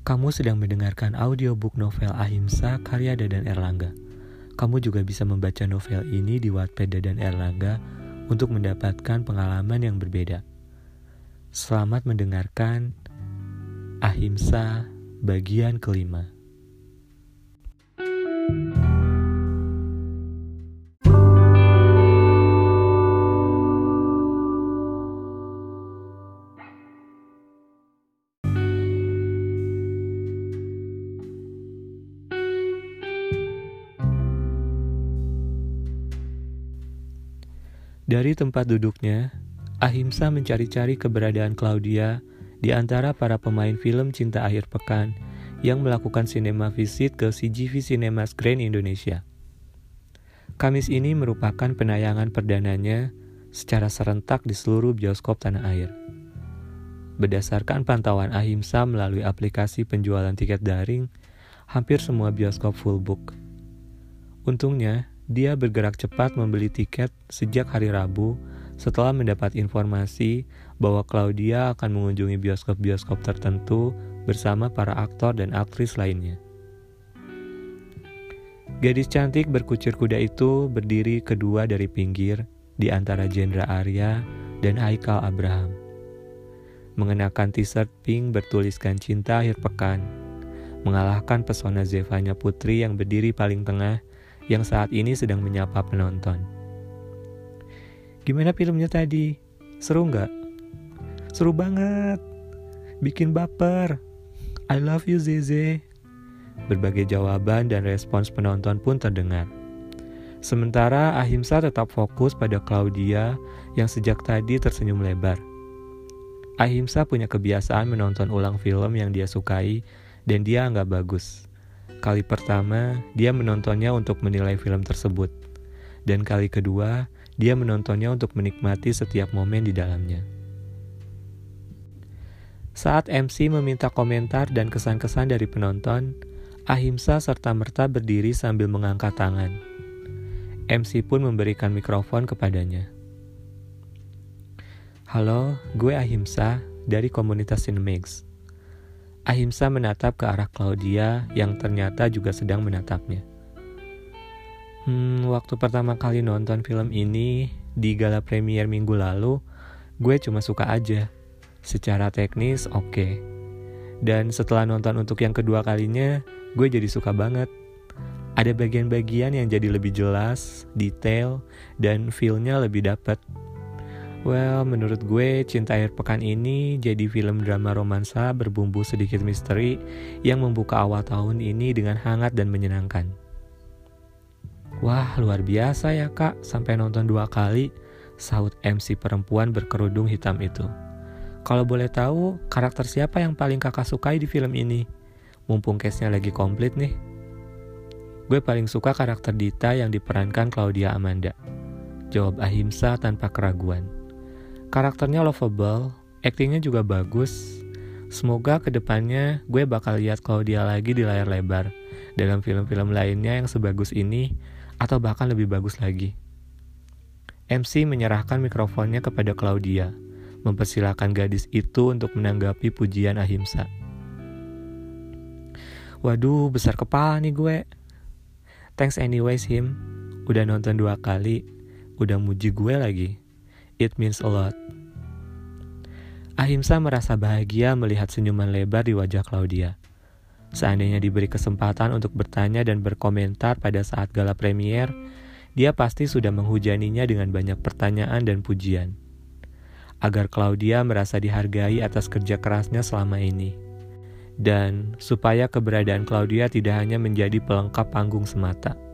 Kamu sedang mendengarkan audiobook novel Ahimsa karya Dadan Erlangga. Kamu juga bisa membaca novel ini di Wattpad Dadan Erlangga untuk mendapatkan pengalaman yang berbeda. Selamat mendengarkan Ahimsa bagian kelima. Dari tempat duduknya, Ahimsa mencari-cari keberadaan Claudia di antara para pemain film Cinta Akhir Pekan yang melakukan sinema visit ke CGV Cinemas Grand Indonesia. Kamis ini merupakan penayangan perdananya secara serentak di seluruh bioskop tanah air. Berdasarkan pantauan Ahimsa melalui aplikasi penjualan tiket daring, hampir semua bioskop full book. Untungnya, dia bergerak cepat membeli tiket sejak hari Rabu setelah mendapat informasi bahwa Claudia akan mengunjungi bioskop-bioskop tertentu bersama para aktor dan aktris lainnya. Gadis cantik berkucir kuda itu berdiri kedua dari pinggir di antara Jendra Arya dan Haikal Abraham. Mengenakan t-shirt pink bertuliskan Cinta Akhir Pekan, mengalahkan pesona Zevanya Putri yang berdiri paling tengah yang saat ini sedang menyapa penonton. Gimana filmnya tadi? Seru nggak? Seru banget. Bikin baper. I love you Zeze. Berbagai jawaban dan respons penonton pun terdengar. Sementara Ahimsa tetap fokus pada Claudia yang sejak tadi tersenyum lebar. Ahimsa punya kebiasaan menonton ulang film yang dia sukai dan dia anggap bagus. Kali pertama, dia menontonnya untuk menilai film tersebut. Dan kali kedua, dia menontonnya untuk menikmati setiap momen di dalamnya. Saat MC meminta komentar dan kesan-kesan dari penonton, Ahimsa serta-merta berdiri sambil mengangkat tangan. MC pun memberikan mikrofon kepadanya. Halo, gue Ahimsa dari komunitas Cinemix. Ahimsa menatap ke arah Claudia yang ternyata juga sedang menatapnya. Waktu pertama kali nonton film ini di gala premier minggu lalu, gue cuma suka aja. Secara teknis oke. Dan setelah nonton untuk yang kedua kalinya, gue jadi suka banget. Ada bagian-bagian yang jadi lebih jelas, detail, dan feel-nya lebih dapet. Well, menurut gue, Cinta Akhir Pekan ini jadi film drama romansa berbumbu sedikit misteri yang membuka awal tahun ini dengan hangat dan menyenangkan. Wah, luar biasa ya kak, sampai nonton 2 kali, sahut MC perempuan berkerudung hitam itu. Kalau boleh tahu, karakter siapa yang paling kakak sukai di film ini? Mumpung cast-nya lagi komplit nih. Gue paling suka karakter Dita yang diperankan Claudia Amanda, jawab Ahimsa tanpa keraguan. Karakternya lovable, aktingnya juga bagus. Semoga kedepannya gue bakal lihat Claudia lagi di layar lebar dalam film-film lainnya yang sebagus ini atau bahkan lebih bagus lagi. MC menyerahkan mikrofonnya kepada Claudia, mempersilahkan gadis itu untuk menanggapi pujian Ahimsa. Waduh, besar kepala nih gue. Thanks anyways him, udah nonton 2 kali, udah muji gue lagi. It means a lot. Ahimsa merasa bahagia melihat senyuman lebar di wajah Claudia. Seandainya diberi kesempatan untuk bertanya dan berkomentar pada saat gala premier, dia pasti sudah menghujaninya dengan banyak pertanyaan dan pujian. Agar Claudia merasa dihargai atas kerja kerasnya selama ini. Dan supaya keberadaan Claudia tidak hanya menjadi pelengkap panggung semata.